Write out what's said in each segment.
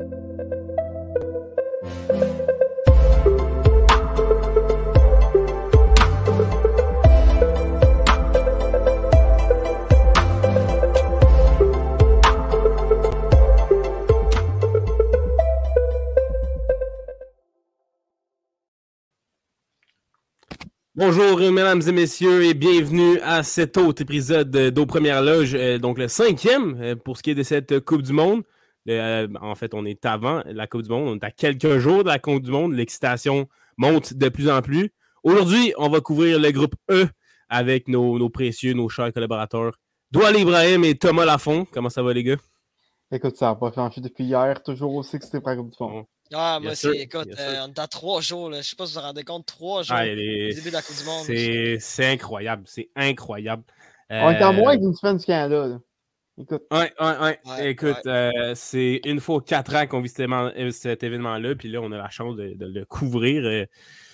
Bonjour mesdames et messieurs et bienvenue à cet autre épisode d'Aux Premières Loges, donc le 5e pour ce qui est de cette Coupe du Monde. En fait, on est avant la Coupe du Monde, on est à quelques jours de la Coupe du Monde, l'excitation monte de plus en plus. Aujourd'hui, on va couvrir le groupe E avec nos précieux, nos chers collaborateurs, Doual Ibrahim et Thomas Lafont. Comment ça va les gars? Écoute, ça n'a pas changé depuis hier, toujours aussi excité pour la Coupe du Monde. Ah, moi aussi, écoute, on est à 3 jours, là. Je sais pas si vous vous rendez compte, 3 jours au début de la Coupe du Monde. C'est incroyable, c'est incroyable. On est en moins d'une semaine du Canada, là. Écoute. Ouais. Écoute, c'est une fois aux 4 ans qu'on vit cet événement-là, puis là, on a la chance de le couvrir.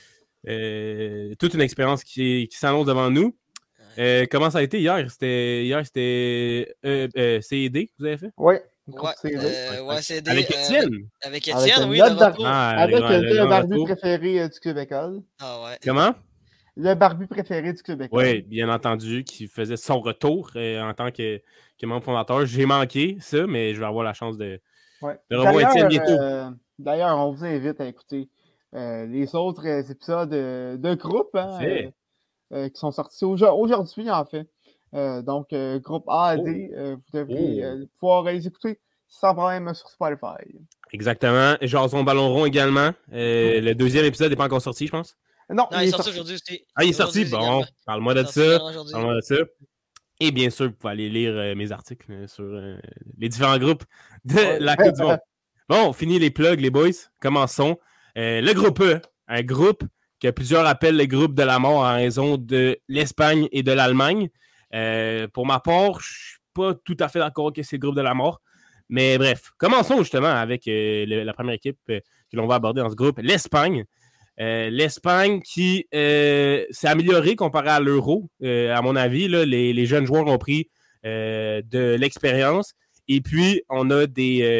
Toute une expérience qui s'annonce devant nous. Comment ça a été hier? C'était CED que vous avez fait? Oui. CED. Avec Étienne? Avec Étienne, oui. Avec le barbu préféré du Club École. Ah ouais. Comment? Le barbu préféré du Club École. Oui, bien entendu, qui faisait son retour en tant que membre fondateur. J'ai manqué ça, mais je vais avoir la chance de revoir Étienne bientôt. D'ailleurs, on vous invite à écouter les autres épisodes de groupe qui sont sortis aujourd'hui, en fait. Donc, groupe A à D, vous devrez pouvoir les écouter sans problème sur Spotify. Exactement. Jason Ballon Rond également. Le deuxième épisode n'est pas encore sorti, je pense. Non, il est sorti aujourd'hui aussi. Ah, il est sorti? Bon, parle-moi de ça. Et bien sûr, vous pouvez aller lire mes articles sur les différents groupes de la Coupe du Monde. Bon, fini les plugs, les boys. Commençons. Le groupe E, un groupe que plusieurs appellent le groupe de la mort en raison de l'Espagne et de l'Allemagne. Pour ma part, je ne suis pas tout à fait d'accord que c'est le groupe de la mort. Mais bref, commençons justement avec la première équipe que l'on va aborder dans ce groupe, l'Espagne. L'Espagne qui s'est améliorée comparé à l'Euro. À mon avis, là, les jeunes joueurs ont pris de l'expérience. Et puis, on a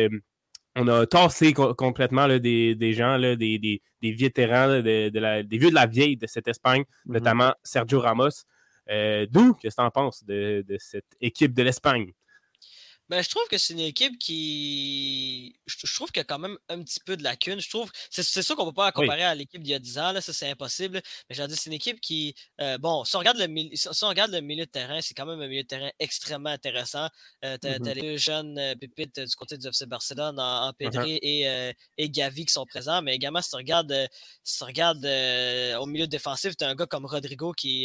tassé complètement là, des gens, là, des vétérans, là, des vieux de la vieille de cette Espagne, notamment Sergio Ramos. D'où, qu'est-ce que tu en penses de cette équipe de l'Espagne? Ben, je trouve que c'est une équipe qui. Je trouve qu'il y a quand même un petit peu de lacunes. Je trouve. C'est sûr qu'on ne peut pas la comparer à l'équipe d'il y a 10 ans. Là, ça, c'est impossible. Mais j'ai dit, c'est une équipe qui. Si on regarde le milieu de terrain, c'est quand même un milieu de terrain extrêmement intéressant. T'as les deux jeunes pépites du côté du FC Barcelone en Pedri et Gavi qui sont présents. Mais également, si tu regardes au milieu défensif, tu as un gars comme Rodrigo qui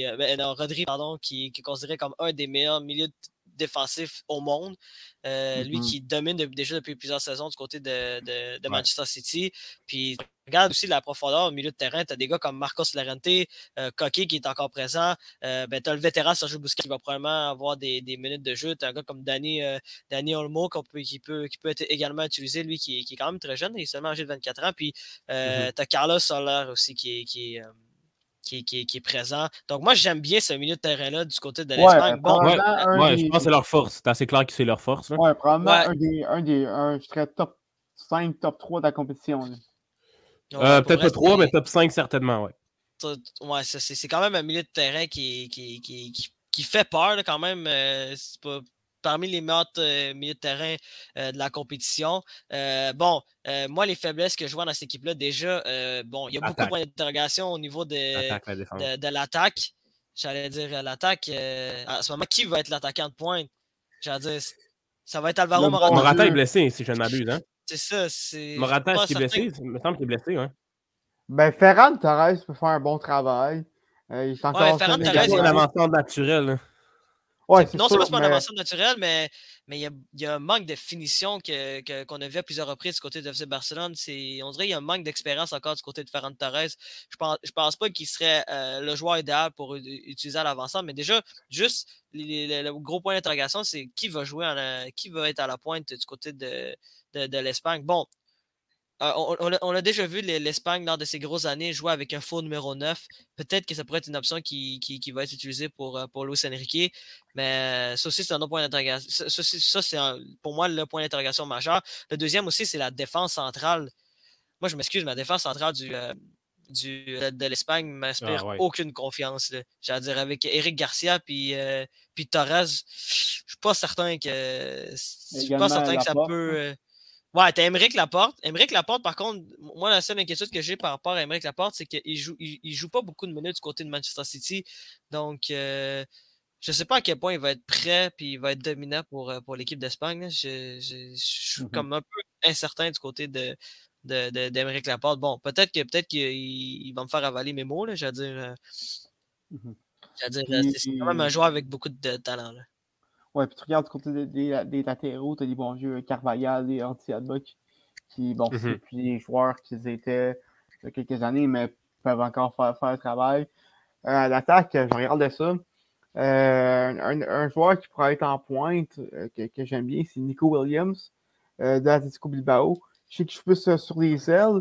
est considéré comme un des meilleurs milieux défensif au monde. Lui qui domine déjà depuis plusieurs saisons du côté de Manchester City. Puis regarde aussi la profondeur au milieu de terrain. Tu as des gars comme Marcos Llorente, Coquet qui est encore présent. Tu as le vétéran Sergio Busquets qui va probablement avoir des minutes de jeu. Tu as un gars comme Dani Olmo qui peut être également utilisé, lui qui est quand même très jeune. Il est seulement âgé de 24 ans. Puis tu as Carlos Soler aussi qui est présent. Donc, moi, j'aime bien ce milieu de terrain-là du côté de l'Espagne. Je pense que c'est leur force. C'est assez clair que c'est leur force. Là. Probablement je dirais top 5, top 3 de la compétition. Peut-être pas 3, mais top 5 certainement, c'est quand même un milieu de terrain qui fait peur, là, quand même. C'est pas parmi les meilleurs milieux de terrain de la compétition. Moi, les faiblesses que je vois dans cette équipe-là, déjà, il y a beaucoup de points d'interrogation au niveau de l'attaque. J'allais dire l'attaque. En ce moment, qui va être l'attaquant de pointe? J'allais dire, ça va être Alvaro Morata. Morata est blessé, si je ne m'abuse. Hein? C'est ça. Morata, est-ce qu'il est blessé? Il me semble qu'il est blessé. Ouais. Ferran Torres peut faire un bon travail. Il est encore Ferran Torres, c'est un avancement naturel. Hein? Ouais, non, c'est pas un avancement naturel, mais il y a un manque de finition qu'on a vu à plusieurs reprises du côté de FC Barcelone. On dirait qu'il y a un manque d'expérience encore du côté de Ferran Torres. Je pense pas qu'il serait le joueur idéal pour utiliser à l'avancement, mais déjà, juste le gros point d'interrogation, c'est qui va être à la pointe du côté de l'Espagne. Bon, On a déjà vu l'Espagne lors de ces grosses années jouer avec un faux numéro 9. Peut-être que ça pourrait être une option qui va être utilisée pour Luis Enrique. Mais ça aussi, c'est un autre point d'interrogation. Ça c'est pour moi le point d'interrogation majeur. Le deuxième aussi, c'est la défense centrale. Moi, je m'excuse, mais la défense centrale de l'Espagne ne m'inspire aucune confiance. J'allais dire, avec Eric Garcia puis Torres, je suis pas certain que ça peut. Ouais, t'as Aymeric Laporte. Aymeric Laporte, par contre, moi, la seule inquiétude que j'ai par rapport à Aymeric Laporte, c'est qu'il joue pas beaucoup de minutes du côté de Manchester City. Donc, je sais pas à quel point il va être prêt et il va être dominant pour l'équipe d'Espagne. Je suis comme un peu incertain du côté d'Aymeric Laporte. Bon, peut-être qu'il va me faire avaler mes mots. Là, c'est quand même un joueur avec beaucoup de talent. Là. Ouais, puis tu regardes du côté des latéraux, tu as des bons vieux Carvajal et Ortiz qui, bon, c'est plus des joueurs qu'ils étaient il y a quelques années, mais peuvent encore faire le travail. À l'attaque, je regardais ça. Un joueur qui pourrait être en pointe, que j'aime bien, c'est Nico Williams de l'Atlético Bilbao. Je sais que je suis plus sur les ailes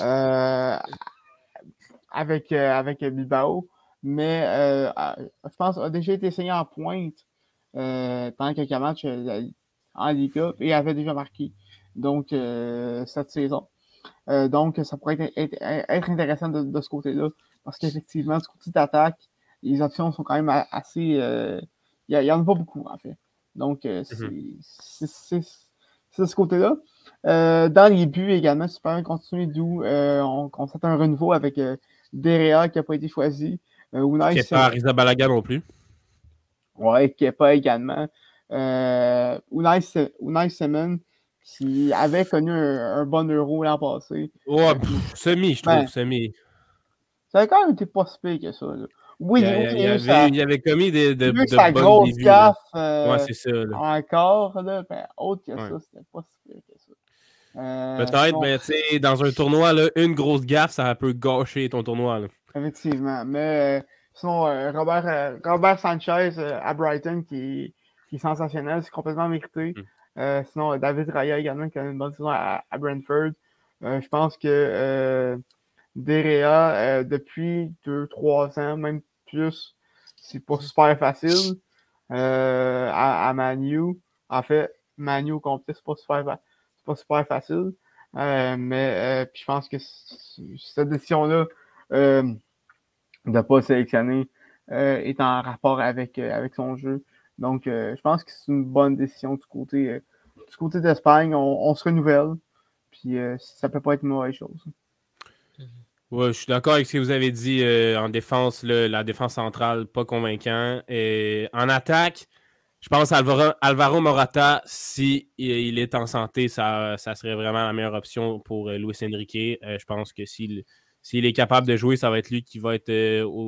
avec Bilbao, mais je pense qu'il a déjà été essayé en pointe pendant quelques matchs en Liga et avait déjà marqué. Donc, cette saison. Donc, ça pourrait être intéressant de ce côté-là, parce qu'effectivement, du côté d'attaque, les options sont quand même assez... Il n'y en a pas beaucoup, en fait. Donc, c'est de ce côté-là. Dans les buts également, super continuer d'où on constate un renouveau avec Derea qui n'a pas été choisi. Kepa Arrizabalaga non plus. Ouais, Kepa également. Unai Simon qui avait connu un bon Euro l'an passé. Ouais, semi, je trouve, semi. Ça a quand même été pas si pire que ça. Là. Oui, il avait commis de sa grosse gaffe. Ouais, c'est ça. Là. Encore, là, ben, autre que ça, c'était pas si pire que ça. Peut-être, mais tu sais, dans un tournoi, là, une grosse gaffe, ça peut gâcher ton tournoi. Là. Effectivement. Mais sinon, Robert Sanchez à Brighton qui est sensationnel, c'est complètement mérité. Sinon, David Raya également qui a une bonne saison à Brentford. Je pense que Derea, depuis 2-3 ans, même plus, c'est pas super facile. À Manu. En fait, Manu complet, c'est pas super facile. Mais puis je pense que cette décision-là de ne pas sélectionner est en rapport avec son jeu. Donc, je pense que c'est une bonne décision du côté d'Espagne. On se renouvelle. Puis ça peut pas être une mauvaise chose. Ouais, je suis d'accord avec ce que vous avez dit en défense. La défense centrale, pas convaincant. Et en attaque, je pense Alvaro Morata, si il est en santé, ça serait vraiment la meilleure option pour Luis Enrique. Je pense que s'il est capable de jouer, ça va être lui qui va être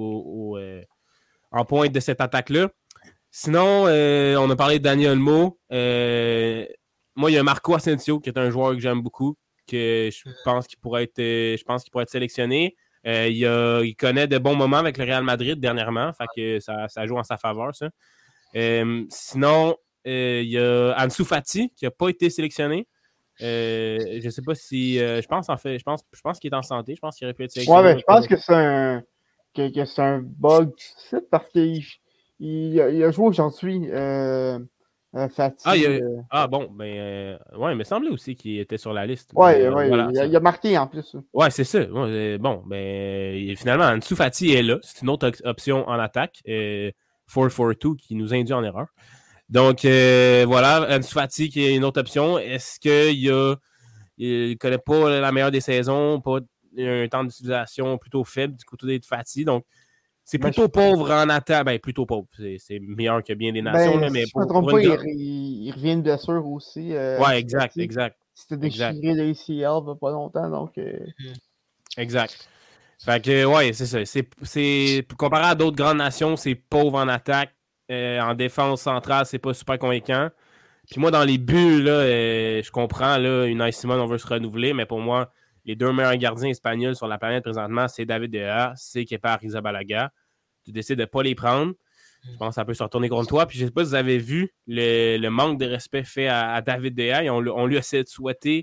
en pointe de cette attaque-là. Sinon, on a parlé de Dani Olmo. Moi, il y a Marco Asensio, qui est un joueur que j'aime beaucoup, que je pense qu'il pourrait être sélectionné. Il connaît de bons moments avec le Real Madrid dernièrement, fait que ça joue en sa faveur, ça. Sinon, il y a Ansu Fati qui n'a pas été sélectionné. Je ne sais pas si. Je pense qu'il est en santé. Je pense qu'il aurait pu être sélectionné. Ouais, mais je pense que c'est un bug site parce qu'il a joué aujourd'hui. Fati. Bon, ben. Ouais, il me semblait aussi qu'il était sur la liste. Ouais, voilà, il a marqué en plus. Ouais, c'est ça. Bon, ben. Finalement, Ansu Fati est là. C'est une autre option en attaque. 4-4-2 qui nous induit en erreur. Donc, voilà, Ansu Fati qui est une autre option. Est-ce qu'il ne connaît pas la meilleure des saisons, pas un temps d'utilisation plutôt faible du côté de Fati. Donc, c'est plutôt pauvre en attaque. Ben, plutôt pauvre. C'est meilleur que bien des nations. Ben, mais si je ne me trompe pas, il revient de blessure aussi. Ouais, exact. C'était déchiré de ACL il n'y a pas longtemps. Donc, Exact. Fait que, ouais, c'est ça. C'est comparé à d'autres grandes nations, c'est pauvre en attaque. En défense centrale, c'est pas super convaincant. Puis moi, dans les buts, là, je comprends, là, Unai Simon, on veut se renouveler, mais pour moi, les deux meilleurs gardiens espagnols sur la planète présentement, c'est David De Gea, c'est Kepa Arrizabalaga. Tu décides de ne pas les prendre. Je pense que ça peut se retourner contre toi. Puis je ne sais pas si vous avez vu le manque de respect fait à David De Gea. On lui a souhaité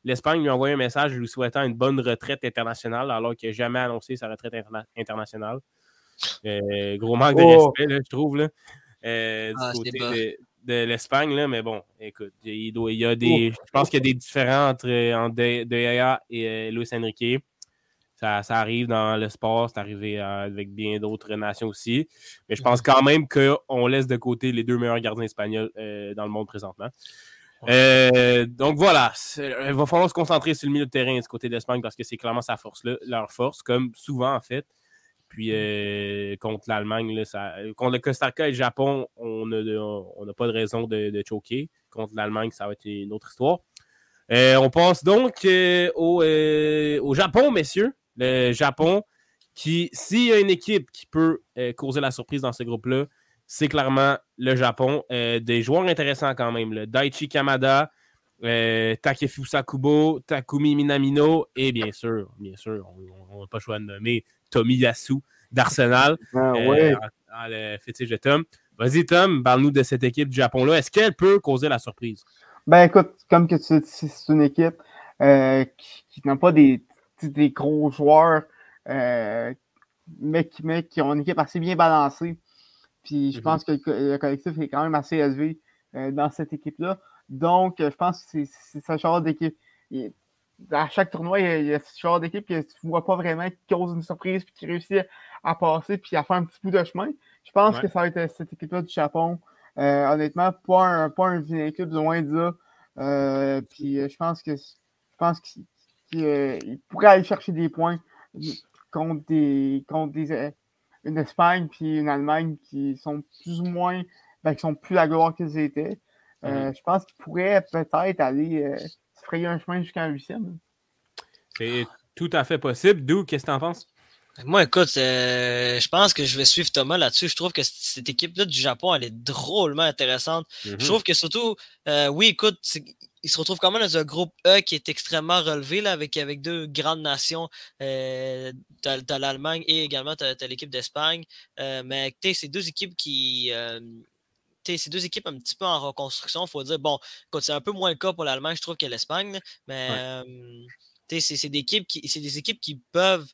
l'Espagne lui a envoyé un message lui souhaitant une bonne retraite internationale alors qu'il n'a jamais annoncé sa retraite internationale. Gros manque de respect, là, je trouve, là, du côté de l'Espagne. Là, mais bon, écoute, je pense qu'il y a des différends entre De Gea et Luis Enrique. Ça arrive dans le sport, c'est arrivé avec bien d'autres nations aussi. Mais je pense quand même qu'on laisse de côté les deux meilleurs gardiens espagnols dans le monde présentement. Donc voilà, il va falloir se concentrer sur le milieu de terrain du côté de l'Espagne parce que c'est clairement leur force, comme souvent en fait. Puis contre l'Allemagne, contre le Costa Rica et le Japon, on n'a pas de raison de choquer. Contre l'Allemagne, ça va être une autre histoire. On passe donc au Japon, messieurs. Le Japon, s'il y a une équipe qui peut causer la surprise dans ce groupe-là, c'est clairement le Japon. Des joueurs intéressants quand même. Là. Daichi Kamada, Takefusa Kubo, Takumi Minamino et bien sûr, on n'a pas le choix de nommer Tomiyasu d'Arsenal. Le fétiche de Tom. Vas-y, Tom, parle-nous de cette équipe du Japon-là. Est-ce qu'elle peut causer la surprise? Ben écoute, comme que tu dis, c'est une équipe qui n'a pas des gros joueurs, mais qui ont une équipe assez bien balancée. Puis je pense que le collectif est quand même assez élevé dans cette équipe-là. Donc, je pense que c'est ce genre d'équipe. À chaque tournoi, il y a ce genre d'équipe que tu ne vois pas vraiment qui cause une surprise puis qui réussit à passer puis à faire un petit bout de chemin. Je pense que ça va être cette équipe-là du Japon. Honnêtement, pas un vilain club, loin de là. Puis je pense qu'il pourrait aller chercher des points contre une Espagne puis une Allemagne qui sont plus ou moins, qui sont plus la gloire qu'ils étaient. Je pense qu'ils pourraient peut-être aller se frayer un chemin jusqu'en 8e. C'est tout à fait possible. D'où, qu'est-ce que tu en penses? Moi, écoute, je pense que je vais suivre Thomas là-dessus. Je trouve que cette équipe-là du Japon, elle est drôlement intéressante. Je trouve que surtout, oui, écoute, ils se retrouvent quand même dans un groupe E qui est extrêmement relevé là, avec deux grandes nations. T'as l'Allemagne et également t'as l'équipe d'Espagne. Mais c'est deux équipes c'est deux équipes un petit peu en reconstruction. Il faut dire, bon, écoute, c'est un peu moins le cas pour l'Allemagne, je trouve, que l'Espagne. Mais c'est des équipes qui peuvent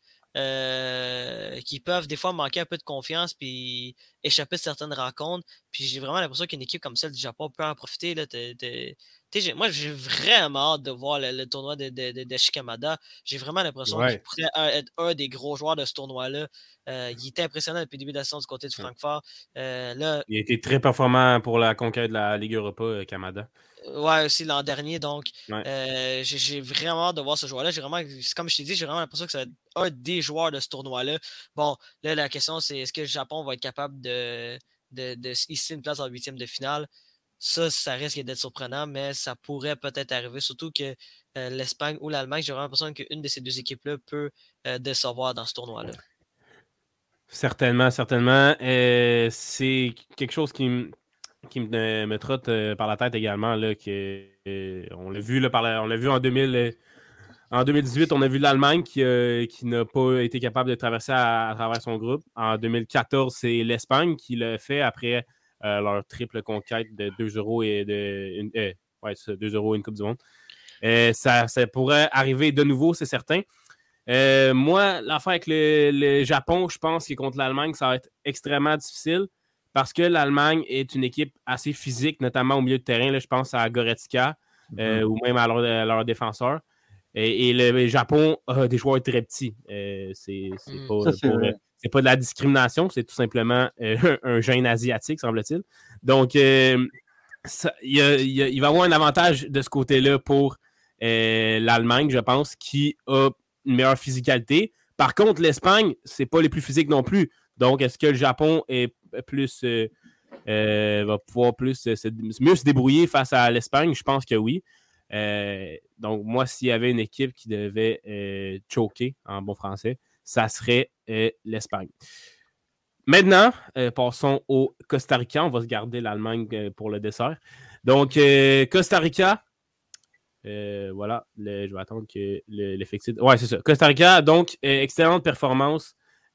des fois manquer un peu de confiance puis échapper de certaines rencontres. Puis j'ai vraiment l'impression qu'une équipe comme celle du Japon peut en profiter. Là, moi, j'ai vraiment hâte de voir le tournoi de Shikamada. J'ai vraiment l'impression qu'il pourrait être un des gros joueurs de ce tournoi-là. Il était impressionnant depuis le début de la saison du côté de Francfort. Là, il a été très performant pour la conquête de la Ligue Europa, Kamada. Ouais, aussi l'an dernier. Donc, j'ai vraiment hâte de voir ce joueur-là. Comme je t'ai dit, j'ai vraiment l'impression que ça va être un des joueurs de ce tournoi-là. Bon, là, la question, c'est est-ce que le Japon va être capable de hisser une place en 8e de finale? Ça risque d'être surprenant, mais ça pourrait peut-être arriver, surtout que l'Espagne ou l'Allemagne, j'ai vraiment l'impression qu'une de ces deux équipes-là peut décevoir dans ce tournoi-là. Certainement. C'est quelque chose qui me trotte par la tête également. Là, on l'a vu, on l'a vu en 2018, on a vu l'Allemagne qui n'a pas été capable de traverser à travers son groupe. En 2014, c'est l'Espagne qui l'a fait après leur triple conquête de 2 euros et 2 euros et une Coupe du Monde. Ça pourrait arriver de nouveau, c'est certain. Moi, l'affaire avec le Japon, je pense que contre l'Allemagne, ça va être extrêmement difficile parce que l'Allemagne est une équipe assez physique, notamment au milieu de terrain. Là, je pense à Goretzka ou même à leur défenseur. Et le Japon a des joueurs très petits. C'est pas de la discrimination, c'est tout simplement un gène asiatique, semble-t-il. Donc, il va y avoir un avantage de ce côté-là pour l'Allemagne, je pense, qui a une meilleure physicalité. Par contre, l'Espagne, c'est pas les plus physiques non plus. Donc, est-ce que le Japon est plus va pouvoir mieux se débrouiller face à l'Espagne? Je pense que oui. Donc, moi, s'il y avait une équipe qui devait choquer en bon français, ça serait l'Espagne. Maintenant, passons au Costa Rica. On va se garder l'Allemagne pour le dessert. Donc, Costa Rica. Voilà, je vais attendre que l'effectif. Ouais, c'est ça. Costa Rica, donc, excellente performance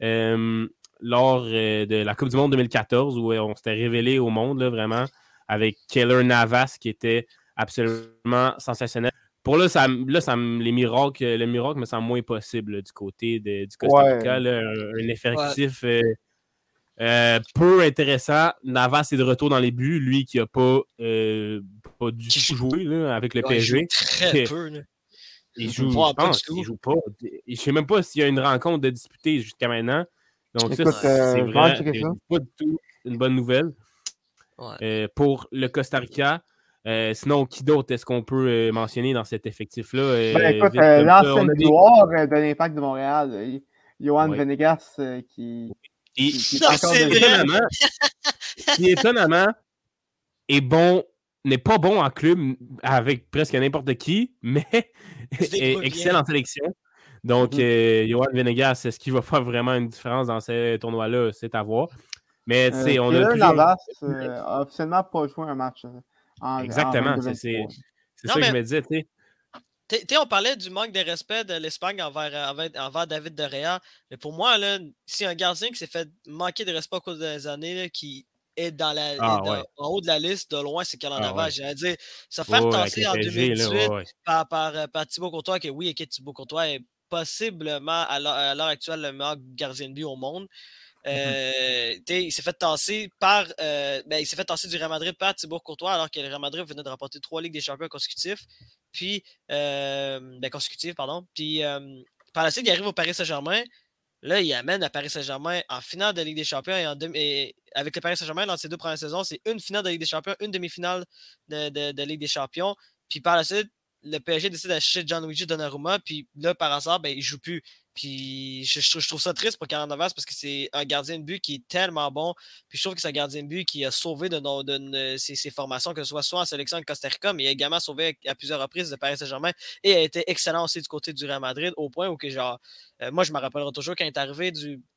lors de la Coupe du Monde 2014 où on s'était révélé au monde, là, vraiment, avec Keylor Navas qui était absolument sensationnel. pour là, les miracles, le miracle me semble moins possible là, du côté du Costa Rica. Là, un effectif peu intéressant. Navas est de retour dans les buts. Lui qui n'a pas du tout joué là, avec le PSG. Il joue très peu. Là. Il joue, je pense, il joue pas. Je ne sais même pas s'il y a une rencontre de disputer jusqu'à maintenant. Donc écoute, c'est vraiment pas du tout une bonne nouvelle pour le Costa Rica. Sinon, qui d'autre est-ce qu'on peut mentionner dans cet effectif-là? Écoute, l'ancienne gloire de l'Impact de Montréal, Yohan Venegas, qui étonnamment n'est pas bon en club avec presque n'importe qui, mais est excellent en sélection. Donc, Yohan Venegas, est-ce qu'il va faire vraiment une différence dans ces tournois-là? C'est à voir. Mais tu sais, on a toujours... Navas a officiellement pas joué un match. Exactement, c'est ça que je me disais, tu sais. On parlait du manque de respect de l'Espagne envers David De Gea. Mais pour moi, là, si un gardien qui s'est fait manquer de respect au cours des années, là, qui est en haut de la liste, de loin, c'est Keylor Navas. J'allais dire, se faire tasser en 2018 par Thibaut Courtois, que oui, Thibaut Courtois est possiblement à l'heure actuelle le meilleur gardien de but au monde. Il s'est fait tasser du Real Madrid par Thibaut Courtois alors que le Real Madrid venait de remporter 3 Ligues des Champions consécutifs. Puis par la suite, il arrive au Paris Saint-Germain. Là, il amène le Paris Saint-Germain en finale de Ligue des Champions et avec le Paris Saint-Germain, dans ses 2 premières saisons, c'est une finale de Ligue des Champions, une demi-finale de Ligue des Champions. Puis par la suite, le PSG décide d'acheter Gianluigi Donnarumma, puis là, par hasard, il ne joue plus. Puis je trouve ça triste pour Keylor Navas parce que c'est un gardien de but qui est tellement bon. Puis je trouve que c'est un gardien de but qui a sauvé ses formations, que ce soit en sélection de Costa Rica, mais il a également sauvé à plusieurs reprises le Paris Saint-Germain et a été excellent aussi du côté du Real Madrid, au point où que moi je me rappellerai toujours quand il est arrivé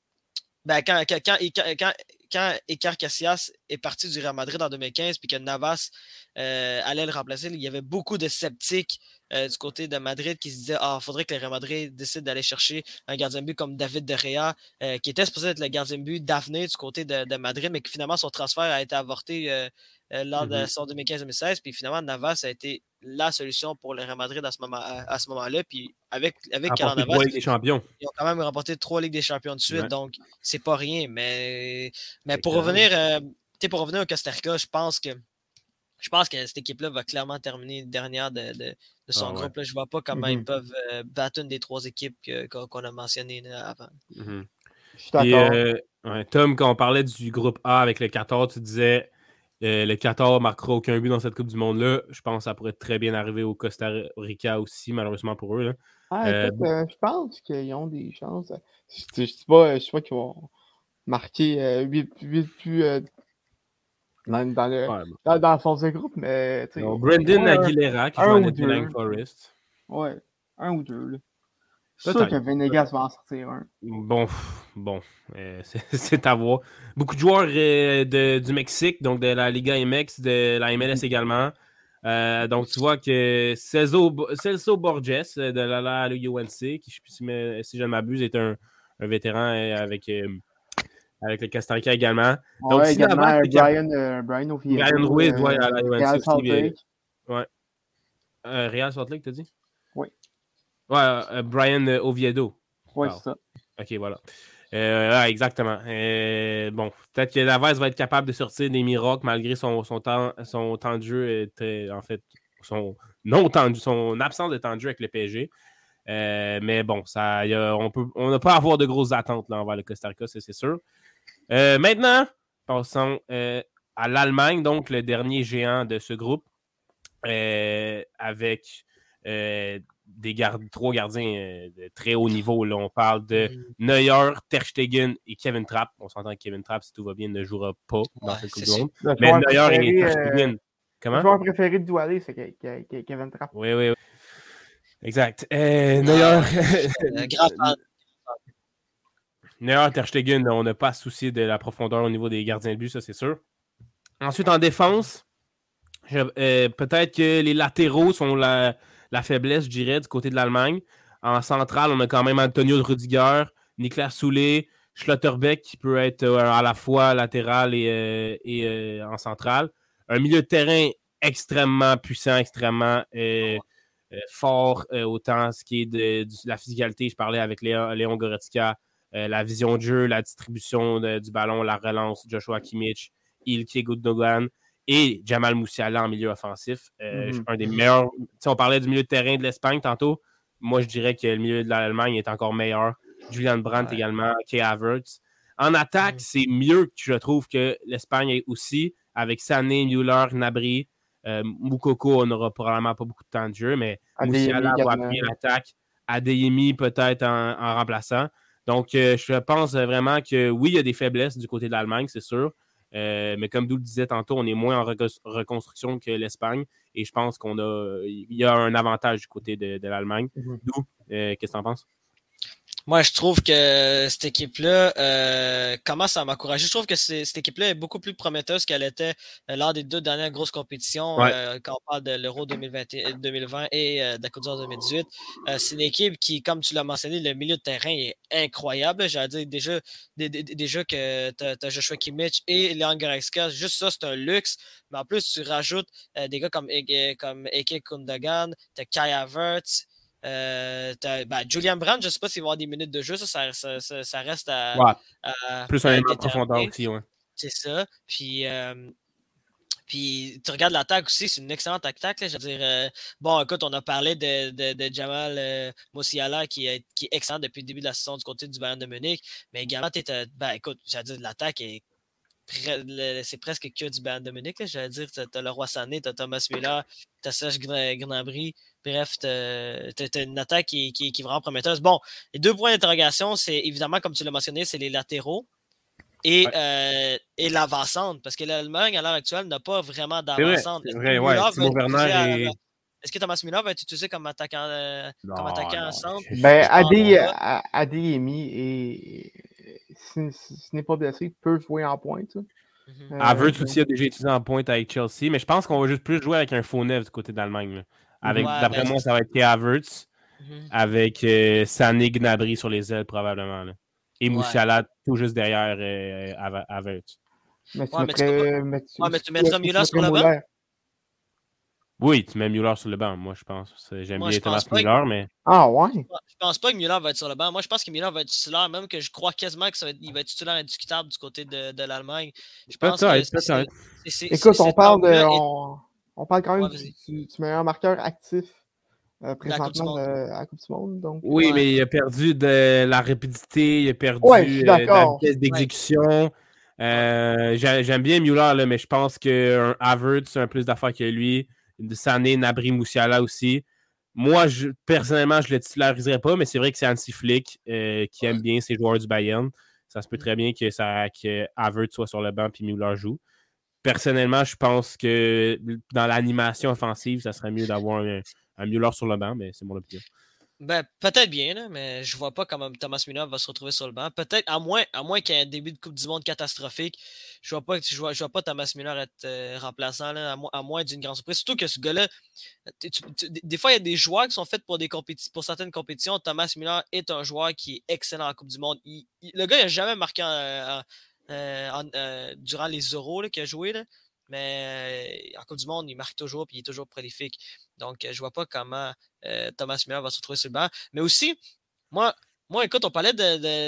quand Iker Casillas est parti du Real Madrid en 2015 puis que Navas allait le remplacer, il y avait beaucoup de sceptiques du côté de Madrid qui se disaient il faudrait que le Real Madrid décide d'aller chercher un gardien de but comme David De Gea qui était supposé être le gardien de but d'avenir du côté de Madrid, mais que finalement son transfert a été avorté lors de son 2015-2016, puis finalement Navas a été la solution pour le Real Madrid à ce moment-là, puis avec Keylor Navas, 3 Ligues des Champions. Ils ont quand même remporté 3 Ligues des Champions de suite, donc c'est pas rien, mais pour revenir au Costa Rica, je pense que cette équipe-là va clairement terminer dernière de son groupe. Là. Je ne vois pas comment ils peuvent battre une des 3 équipes qu'on a mentionnées avant. Je suis d'accord. Tom, quand on parlait du groupe A avec le Qatar, tu disais le Qatar ne marquera aucun but dans cette Coupe du Monde-là. Je pense que ça pourrait très bien arriver au Costa Rica aussi, malheureusement pour eux. Là. Je pense qu'ils ont des chances. Je ne sais pas qu'ils vont marquer 8 buts dans le fond de groupe, mais... Brendan Aguilera qui joue à Nottingham Forest. Ouais, 1 ou 2. C'est sûr que Venegas va en sortir un. Bon, c'est à voir. Beaucoup de joueurs du Mexique, donc de la Liga MX, de la MLS également. Donc, tu vois que Celso Borges de la UNC, qui, si je ne m'abuse, est un vétéran avec le Costa Rica également. Donc, également Brian Oviedo. Brian Ruiz, à la UNC aussi. Real Salt Lake, t'as dit? Oui. Ouais, Brian Oviedo. Oui, c'est ça. OK, voilà. Exactement. Bon, peut-être que Navas va être capable de sortir des miracles malgré son temps de jeu, son absence de temps de jeu avec le PSG. Mais bon, on n'a pas à avoir de grosses attentes là, envers le Costa Rica, c'est sûr. Maintenant, passons à l'Allemagne, donc le dernier géant de ce groupe, avec 3 gardiens de très haut niveau. Là. On parle de Neuer, Ter Stegen et Kevin Trapp. On s'entend que Kevin Trapp, si tout va bien, ne jouera pas dans cette Coupe du Monde. Mais Neuer et Ter Stegen. Comment? Le joueur préféré de Doualé, c'est Kevin Trapp. Oui. Exact. Neuer. Neuer, Ter Stegen, on n'a pas à se soucier de la profondeur au niveau des gardiens de but, ça c'est sûr. Ensuite, en défense, peut-être que les latéraux sont la faiblesse, je dirais, du côté de l'Allemagne. En centrale, on a quand même Antonio Rudiger, Niklas Soulé, Schlotterbeck qui peut être à la fois latéral et en centrale. Un milieu de terrain extrêmement puissant, extrêmement fort, autant ce qui est de la physicalité, je parlais avec Léon Goretzka, la vision de jeu, la distribution du ballon, la relance, Joshua Kimmich, Ilkay Gundogan et Jamal Musiala en milieu offensif. Un des meilleurs. On parlait du milieu de terrain de l'Espagne tantôt. Moi, je dirais que le milieu de l'Allemagne est encore meilleur. Julian Brandt également, Kai Havertz. En attaque, c'est mieux, je trouve, que l'Espagne aussi, avec Sané, Müller, Gnabry. Moukoko, on n'aura probablement pas beaucoup de temps de jeu, mais Musiala va appuyer l'attaque. Adeyemi peut-être en remplaçant. Donc, je pense vraiment que oui, il y a des faiblesses du côté de l'Allemagne, c'est sûr. Mais comme Doug le disait tantôt, on est moins en reconstruction que l'Espagne. Et je pense il y a un avantage du côté de l'Allemagne. Doug, qu'est-ce que tu en penses? Moi, je trouve que cette équipe-là commence à m'encourager. Je trouve que cette équipe-là est beaucoup plus prometteuse qu'elle était lors des 2 dernières grosses compétitions. Quand on parle de l'Euro 2020 et de la Coupe du Monde 2018. C'est une équipe qui, comme tu l'as mentionné, le milieu de terrain est incroyable. J'allais dire déjà que tu as Joshua Kimmich et Leon Goretzka. Juste ça, c'est un luxe. Mais en plus, tu rajoutes des gars comme Ilkay Gundogan, tu as Kai Havertz. Julian Brandt, je ne sais pas s'il va avoir des minutes de jeu, ça reste à plus un élément de profondeur aussi, ouais. C'est ça. Puis tu regardes l'attaque aussi, c'est une excellente attaque. Là, je veux dire, écoute, on a parlé de Jamal Musiala qui est excellent depuis le début de la saison du côté du Bayern de Munich, mais également, écoute, j'allais dire, l'attaque c'est presque que du Bayern de Munich. J'allais dire, t'as le Roi Sané, t'as Thomas Müller, t'as Serge Gnabry. Bref, t'as une attaque qui est vraiment prometteuse. Bon, les 2 points d'interrogation, c'est évidemment, comme tu l'as mentionné, c'est les latéraux et l'avancante. Parce que l'Allemagne, à l'heure actuelle, n'a pas vraiment d'avancante. C'est vrai, ouais. Timo Werner et... Est-ce que Thomas Müller va être utilisé comme attaquant en centre? Adeyemi ce n'est pas blessé, peut jouer en pointe. Havertz aussi a déjà utilisé en pointe avec Chelsea, mais je pense qu'on va juste plus jouer avec un faux neuf du côté d'Allemagne. D'après moi, ça va être Havertz avec Sané Gnabry sur les ailes probablement. Là. Et Musiala tout juste derrière Havertz. Mais tu mettras Müller sur le banc? Oui, tu mets Müller sur le banc, moi je pense. J'aime bien Thomas Müller, mais... Ah ouais? Je pense pas que Müller va être sur le banc. Moi, je pense que Müller va être titulaire, même que je crois quasiment qu'il va être titulaire indiscutable du côté de l'Allemagne. Je pense peut-être. Écoute, on parle quand même du meilleur marqueur actif présentement à la Coupe du Monde. Donc, oui, mais il a perdu de la rapidité, il a perdu de la vitesse d'exécution. J'aime bien Müller, là, mais je pense qu'un Havertz a un plus d'affaires que lui. Sané, Gnabry, Musiala aussi. Moi, personnellement, je ne le titulariserais pas, mais c'est vrai que c'est Hansi Flick qui aime bien ses joueurs du Bayern. Ça se peut très bien que Havertz soit sur le banc et Müller joue. Personnellement, je pense que dans l'animation offensive, ça serait mieux d'avoir un Müller sur le banc, mais c'est mon opinion. Peut-être bien, là, mais je vois pas comment Thomas Müller va se retrouver sur le banc. Peut-être, à moins qu'il y ait un début de Coupe du Monde catastrophique, je vois pas Thomas Müller être remplaçant, là, à moins d'une grande surprise. Surtout que ce gars-là, des fois, il y a des joueurs qui sont faits pour certaines compétitions. Thomas Müller est un joueur qui est excellent en Coupe du Monde. Le gars, il n'a jamais marqué durant les Euros qu'il a joué, là. Mais en Coupe du Monde, il marque toujours et il est toujours prolifique. Donc, je vois pas comment Thomas Müller va se retrouver sur le banc. Mais aussi, moi écoute, on parlait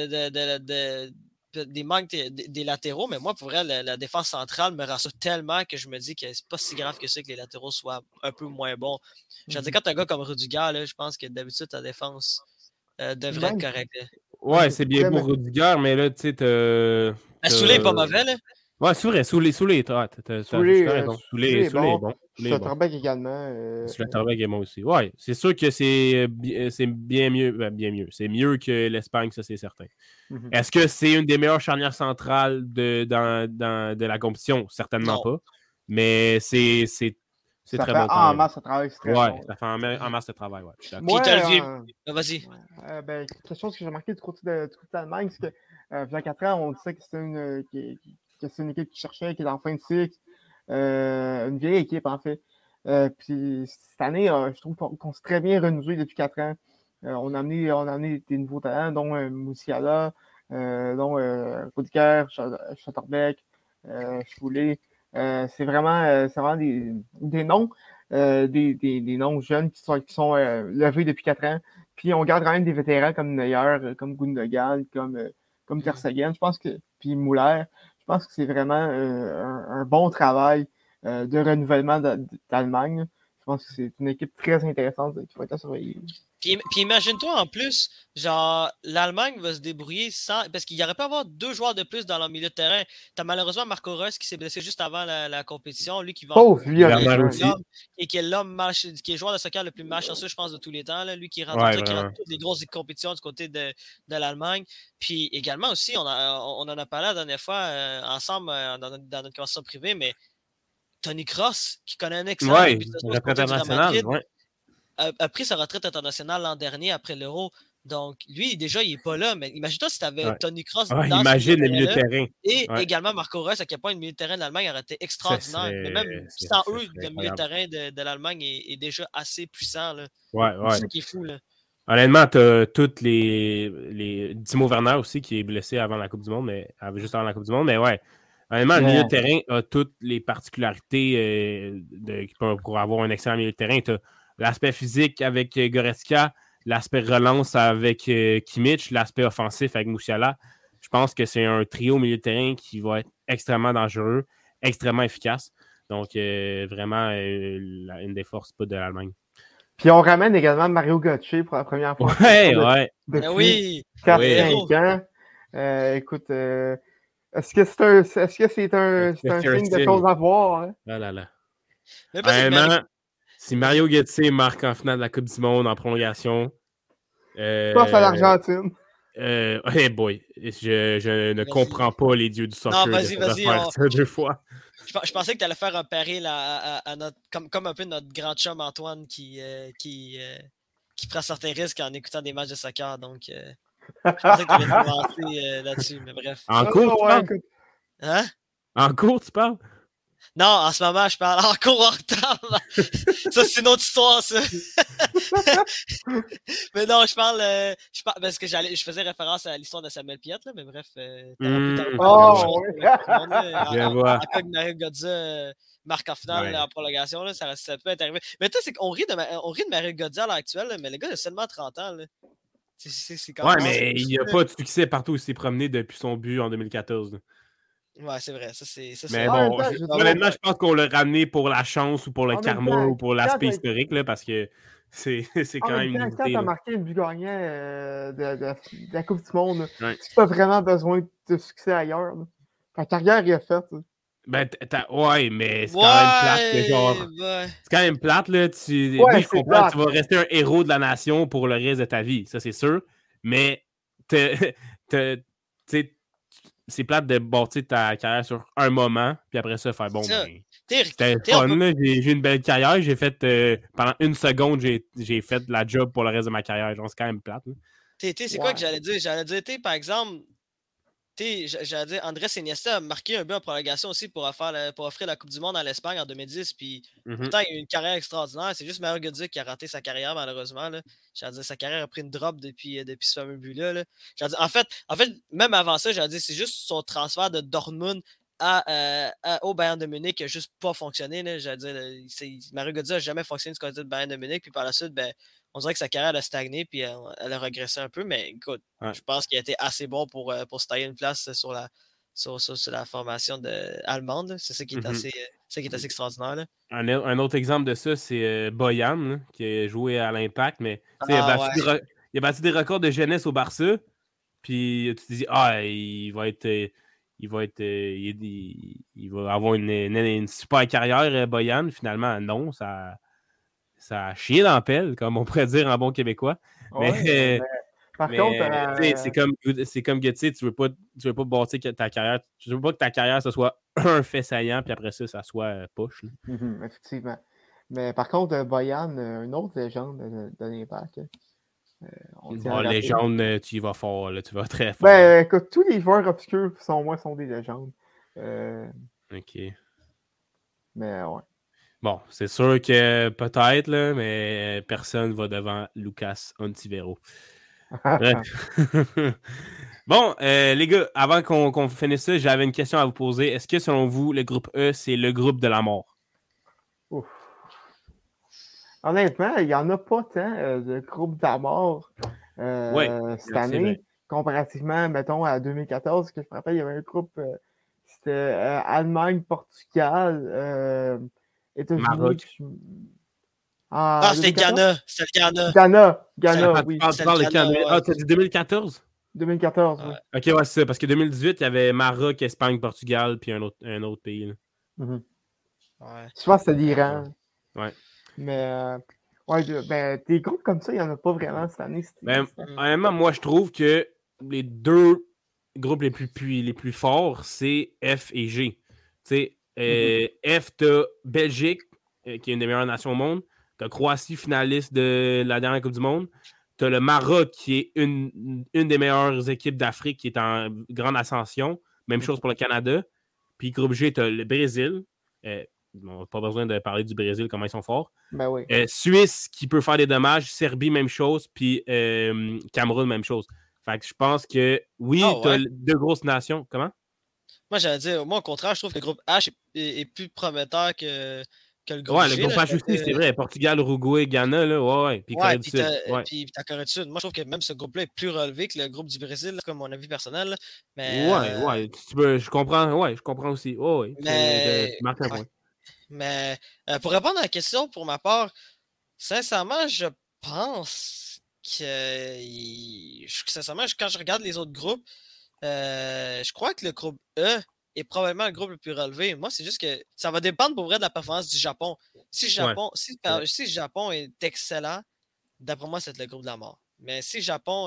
des manques des latéraux, mais moi, pour vrai, la défense centrale me rassure tellement que je me dis que c'est pas si grave que ça que les latéraux soient un peu moins bons. Je veux dire, quand tu as un gars comme Rudiger, là, je pense que d'habitude, ta défense devrait être correcte. Ouais, c'est bien pour Rudiger, mais là, tu sais, Soulé n'est pas mauvais, là. Ouais, c'est vrai, Soulé, t'as raison. Soulé est bon. Schlotterbeck également. Schlotterbeck est bon aussi. Ouais, c'est sûr que c'est bien mieux. C'est mieux que l'Espagne, ça, c'est certain. Est-ce que c'est une des meilleures charnières centrales de la compétition? Certainement pas. Mais c'est très bon. En masse de travail, c'est très bon. Ouais, ça fait en masse de travail, ouais. Moi, vas-y. Quelque chose que j'ai remarqué du côté de l'Allemagne, c'est que il y a 4 ans, on disait que c'est une équipe qui cherchait, qui est en fin de cycle. Une vieille équipe, en fait. Puis cette année, je trouve qu'on s'est très bien renouvelé depuis 4 ans. On a amené des nouveaux talents, dont Musiala, dont Rudiger, Schlotterbeck, Soulé. C'est vraiment des noms des noms jeunes qui sont levés depuis 4 ans. Puis on garde quand même des vétérans comme Neuer, comme Gundogan, comme Ter Stegen. Je pense que, puis Muller, je pense que c'est vraiment un bon travail de renouvellement d'Allemagne. Je pense que c'est une équipe très intéressante qui va être à surveiller. Puis imagine-toi en plus, genre, l'Allemagne va se débrouiller sans. Parce qu'il n'y aurait pas à avoir 2 joueurs de plus dans leur milieu de terrain. T'as malheureusement Marco Reus qui s'est blessé juste avant la compétition. Lui qui va. Pauvre, lui, et qui est l'homme qui est joueur de soccer le plus malchanceux, je pense, de tous les temps. Là. Lui qui rentre, toutes les grosses compétitions du côté de l'Allemagne. Puis également aussi, on en a parlé la dernière fois ensemble dans notre conversation privée, mais Tony Kroos, qui connaît un excellent retraite internationale, a pris sa retraite internationale l'an dernier après l'Euro. Donc, lui, déjà, il n'est pas là. Mais imagine-toi si tu avais Tony Kroos dans imagine le milieu de terrain. Et également Marco Reus, à quel point le milieu de terrain de l'Allemagne aurait été extraordinaire. Mais même sans eux, le milieu de terrain de l'Allemagne est déjà assez puissant. Là. C'est ça qui est fou. Là. Honnêtement, tu as toutes les Timo Werner aussi, qui est blessé avant la Coupe du Monde, juste avant la Coupe du Monde. Mais ouais, honnêtement, le milieu de terrain a toutes les particularités pour avoir un excellent milieu de terrain. Tu as l'aspect physique avec Goretzka, l'aspect relance avec Kimmich, l'aspect offensif avec Musiala. Je pense que c'est un trio au milieu de terrain qui va être extrêmement dangereux, extrêmement efficace. Donc, vraiment, une des forces de l'Allemagne. Puis on ramène également Mario Götze pour la première fois. Depuis 4-5 ans. Écoute, est-ce que c'est un signe de choses à voir? Hein? Ah là là. Vraiment, si Mario Götze marque en finale de la Coupe du Monde en prolongation... Je pense à l'Argentine. Hey boy, je ne comprends pas les dieux du soccer de faire ça 2 fois. Je pensais que tu allais faire un pari à notre, comme un peu notre grand chum Antoine qui prend certains risques en écoutant des matchs de soccer. Donc, je pensais que tu allais te lancer là-dessus, mais bref. En cours, tu parles? Hein? En cours, tu parles? Non, en ce moment, je parle en cours en retard. Ça, c'est une autre histoire, ça. Mais non, je parle parce que je faisais référence à l'histoire de Samuel Piette, là, mais bref. Mario Götze marque en finale en prolongation, là, ça peut être arrivé. Mais tu sais, c'est qu'on rit de Mario Götze à l'heure actuelle, là, mais le gars a seulement 30 ans. Là. C'est quand même mais il n'y a pas de succès partout où il s'est promené depuis son but en 2014. Là. Ouais, c'est vrai. Ça, mais bon, honnêtement, je pense qu'on l'a ramené pour la chance ou pour le karma ou pour l'aspect historique, là, parce que c'est quand même une quand tu as marqué le but gagnant de la Coupe du Monde, tu n'as vraiment besoin de succès ailleurs. Là. Ta carrière est faite. Ben, mais c'est quand même plate. C'est quand même plate. Là. Oui, je comprends que tu vas rester un héros de la nation pour le reste de ta vie. Ça, c'est sûr. Mais c'est plate de bâtir ta carrière sur un moment, puis après ça, faire bon. C'était fun, j'ai une belle carrière. J'ai fait pendant 1 seconde, j'ai fait la job pour le reste de ma carrière. Genre, c'est quand même plate. C'est quoi que j'allais dire? J'allais dire, par exemple, j'allais dire, Andrés Iniesta a marqué un but en prolongation aussi pour offrir la Coupe du Monde à l'Espagne en 2010. Puis pourtant, il a eu une carrière extraordinaire. C'est juste Mario Götze qui a raté sa carrière, malheureusement. Là. J'allais dire, sa carrière a pris une drop depuis ce fameux but-là. Là. Dire, en fait, même avant ça, j'allais dire, c'est juste son transfert de Dortmund au Bayern de Munich qui n'a juste pas fonctionné. Là. J'allais dire, Mario Götze n'a jamais fonctionné du côté de Bayern de Munich. Puis par la suite, on dirait que sa carrière a stagné puis elle a régressé un peu, mais écoute, je pense qu'il a été assez bon pour se tailler une place sur la formation allemande. C'est ça qui est assez extraordinaire. Là. Un autre exemple de ça, c'est Boyan, là, qui a joué à l'Impact, mais il a battu des records de jeunesse au Barça. Puis tu te dis, il va avoir une super carrière, Boyan. Finalement, non, ça a chié dans la pelle, comme on pourrait dire en bon québécois. Par contre, c'est comme Götze, tu veux pas bâtir ta carrière. Tu veux pas que ta carrière, ce soit un fait saillant, puis après ça soit push. Effectivement. Mais par contre, Boyan, une autre légende de l'Impact. Légende, tu y vas fort, là, tu vas très fort. Écoute, tous les joueurs obscurs sont des légendes. OK. Mais ouais. Bon, c'est sûr que peut-être, là, mais personne va devant Lucas Ontivero. Bon, les gars, avant qu'on finisse ça, j'avais une question à vous poser. Est-ce que, selon vous, le groupe E, c'est le groupe de la mort? Ouf. honnêtement, il n'y en a pas tant de groupes d'abord cette année, comparativement, mettons, à 2014, que je me rappelle, il y avait un groupe, c'était Allemagne, Portugal, États-Unis. Maroc. C'était Ghana. C'était le Ghana, oui. Tu parles de Ghana. Ah, tu as dit 2014? 2014, oui. Ok, ouais, c'est ça. Parce que 2018, il y avait Maroc, Espagne, Portugal, puis un autre pays. Là. Mm-hmm. Ouais. Je pense que c'était l'Iran. Ouais. Mais, des groupes comme ça, il n'y en a pas vraiment cette année. Honnêtement, moi, je trouve que les deux groupes les plus forts, c'est F et G. Tu sais, F, t'as Belgique, qui est une des meilleures nations au monde. T'as Croatie, finaliste de la dernière Coupe du Monde. T'as le Maroc, qui est une des meilleures équipes d'Afrique, qui est en grande ascension. Même chose pour le Canada. Puis groupe G, t'as le Brésil. On n'a pas besoin de parler du Brésil, comment ils sont forts. Ben oui. Suisse, qui peut faire des dommages. Serbie, même chose. Puis Cameroun, même chose. Fait que je pense que, oui, t'as deux grosses nations. Comment? Moi, j'allais dire, moi, au contraire, je trouve que le groupe H est plus prometteur que le groupe G. Le groupe H aussi, c'est vrai. Portugal, Uruguay, Ghana, là, ouais. Puis Corée du Sud. Puis ta Corée du Sud. Moi, je trouve que même ce groupe-là est plus relevé que le groupe du Brésil, là, comme mon avis personnel. Là. Mais, je comprends aussi. Mais, tu marques un point. Mais pour répondre à la question, pour ma part, sincèrement, je pense que sincèrement, quand je regarde les autres groupes, je crois que le groupe E est probablement le groupe le plus relevé. Moi, c'est juste que ça va dépendre pour vrai de la performance du Japon. Si le Japon est excellent, d'après moi, c'est le groupe de la mort. Mais si le Japon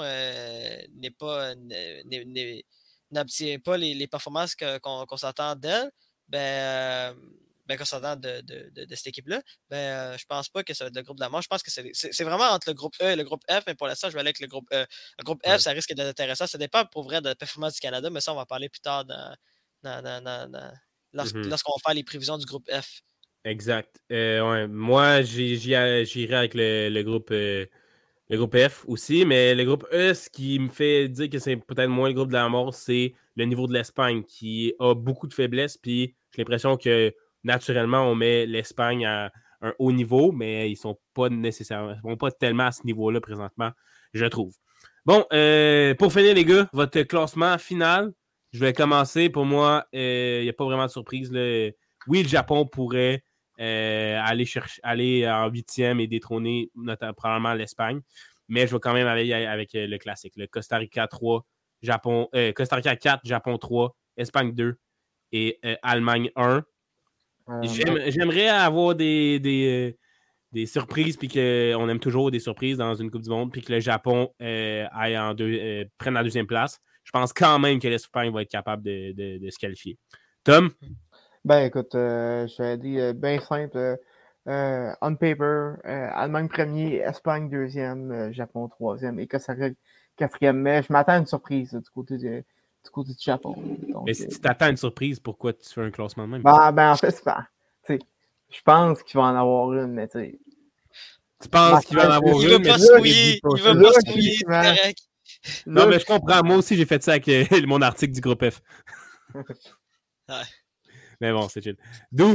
n'obtient pas les performances qu'on s'attend d'elle, qu'on s'attend de cette équipe-là, je pense pas que ça va être le groupe de la mort. Je pense que c'est vraiment entre le groupe E et le groupe F, mais pour l'instant, je vais aller avec le groupe E. Le groupe F, ça risque d'être intéressant. Ça dépend pour vrai de la performance du Canada, mais ça, on va en parler plus tard lorsqu'on va faire les prévisions du groupe F. Exact. Moi, j'irai avec le groupe F aussi, mais le groupe E, ce qui me fait dire que c'est peut-être moins le groupe de la mort, c'est le niveau de l'Espagne qui a beaucoup de faiblesses, puis j'ai l'impression que naturellement, on met l'Espagne à un haut niveau, mais ils sont pas nécessairement, ils vont pas tellement à ce niveau-là présentement, je trouve. Bon, pour finir, les gars, votre classement final, je vais commencer. Pour moi, il n'y a pas vraiment de surprise. Là. Oui, le Japon pourrait aller en 8e et détrôner probablement l'Espagne, mais je vais quand même aller avec le classique. Le Costa Rica 3, Costa Rica 4, Japon 3, Espagne 2 et Allemagne 1. J'aimerais avoir des surprises, puis qu'on aime toujours des surprises dans une Coupe du Monde, puis que le Japon prenne la deuxième place. Je pense quand même que l'Espagne va être capable de se qualifier. Tom? Ben écoute, je vais dire bien simple. On paper, Allemagne premier, Espagne deuxième, Japon troisième et Costa Rica quatrième. Mais je m'attends à une surprise du côté du Japon. Donc, mais si tu t'attends à une surprise, pourquoi tu fais un classement de même? En fait, c'est pas. Je pense qu'il va en avoir une, mais tu sais. Tu penses qu'il va en avoir une? Il veut pas se mouiller. Il veut pas se mouiller, c'est correct. Non, mais je comprends. Moi aussi, j'ai fait ça avec mon article du groupe F. Ouais. Mais bon, c'est chill. D'où?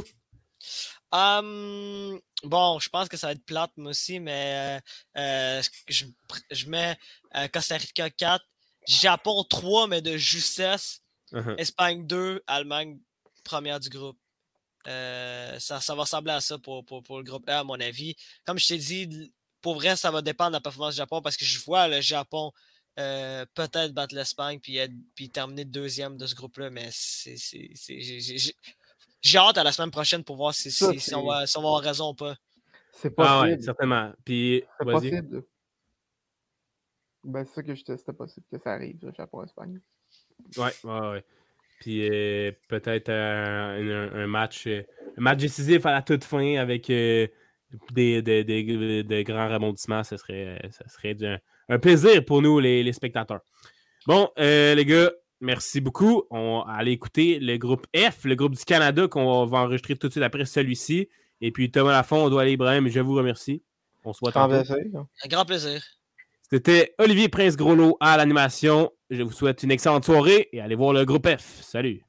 Bon, je pense que ça va être plate, moi aussi, mais je mets Costa Rica 4, Japon 3, mais de justesse, Espagne 2, Allemagne première du groupe. Ça va ressembler à ça pour le groupe A, à mon avis. Comme je t'ai dit, pour vrai, ça va dépendre de la performance du Japon, parce que je vois le Japon peut-être battre l'Espagne puis terminer deuxième de ce groupe-là, mais j'ai hâte à la semaine prochaine pour voir si on va avoir raison ou pas. C'est possible. Ah ouais, certainement. Puis, c'est possible. Ben, c'est ça que c'était possible que ça arrive, le Japon-Espagne. Ouais. Puis peut-être un match décisif à la toute fin avec des grands rebondissements. Ça serait un plaisir pour nous, les spectateurs. Bon, les gars, merci beaucoup. On va aller écouter le groupe F, le groupe du Canada, qu'on va enregistrer tout de suite après celui-ci. Et puis Thomas Lafont, on doit aller, Ibrahim, je vous remercie. On se voit tantôt. Un grand plaisir. C'était Olivier Prince-Groslo à l'animation. Je vous souhaite une excellente soirée et allez voir le groupe F. Salut!